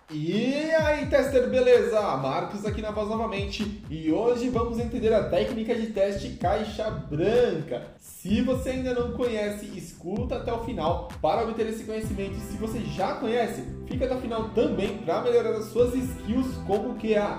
E aí, tester, beleza? Marcos aqui na voz novamente e hoje vamos entender a técnica de teste caixa branca. Se você ainda não conhece, escuta até o final para obter esse conhecimento. E se você já conhece, fica até o final também para melhorar as suas skills como QA.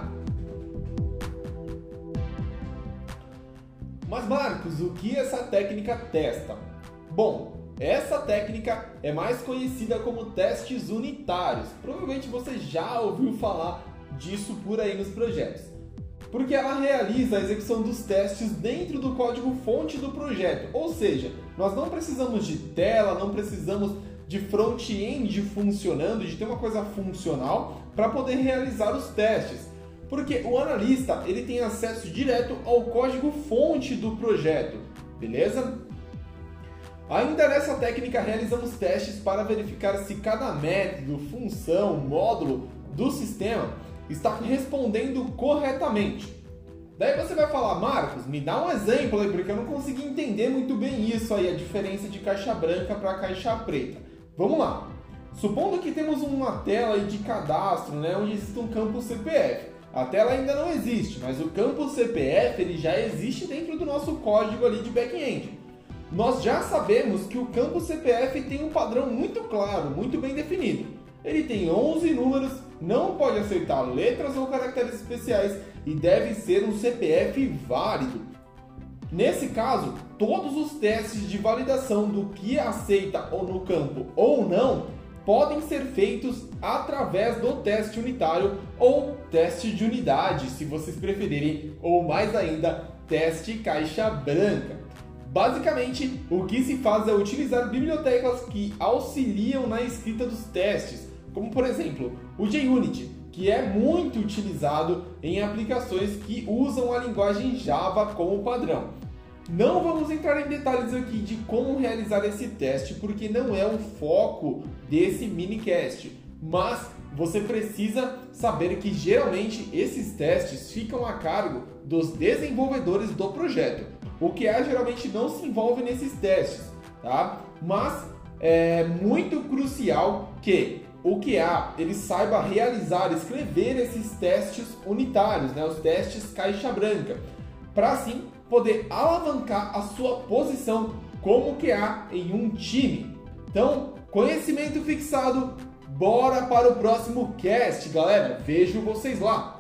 Mas Marcos, o que essa técnica testa? Bom, essa técnica é mais conhecida como testes unitários. Provavelmente você já ouviu falar disso por aí nos projetos. Porque ela realiza a execução dos testes dentro do código-fonte do projeto. Ou seja, nós não precisamos de tela, não precisamos de front-end funcionando, de ter uma coisa funcional para poder realizar os testes. Porque o analista ele tem acesso direto ao código-fonte do projeto, beleza? Ainda nessa técnica, realizamos testes para verificar se cada método, função, módulo do sistema está respondendo corretamente. Daí você vai falar, Marcos, me dá um exemplo aí, porque eu não consegui entender muito bem isso aí, a diferença de caixa branca para caixa preta. Vamos lá. Supondo que temos uma tela aí de cadastro, né, onde existe um campo CPF. A tela ainda não existe, mas o campo CPF ele já existe dentro do nosso código ali de back-end. Nós já sabemos que o campo CPF tem um padrão muito claro, muito bem definido. Ele tem 11 números, não pode aceitar letras ou caracteres especiais e deve ser um CPF válido. Nesse caso, todos os testes de validação do que aceita ou no campo ou não podem ser feitos através do teste unitário ou teste de unidade, se vocês preferirem, ou mais ainda, teste caixa branca. Basicamente, o que se faz é utilizar bibliotecas que auxiliam na escrita dos testes, como por exemplo o JUnit, que é muito utilizado em aplicações que usam a linguagem Java como padrão. Não vamos entrar em detalhes aqui de como realizar esse teste, porque não é o foco desse minicast, mas você precisa saber que geralmente esses testes ficam a cargo dos desenvolvedores do projeto. O QA geralmente não se envolve nesses testes, tá? Mas é muito crucial que o QA ele saiba realizar, escrever esses testes unitários, né? Os testes caixa branca, para assim poder alavancar a sua posição como QA em um time. Então, conhecimento fixado, bora para o próximo cast, galera. Vejo vocês lá.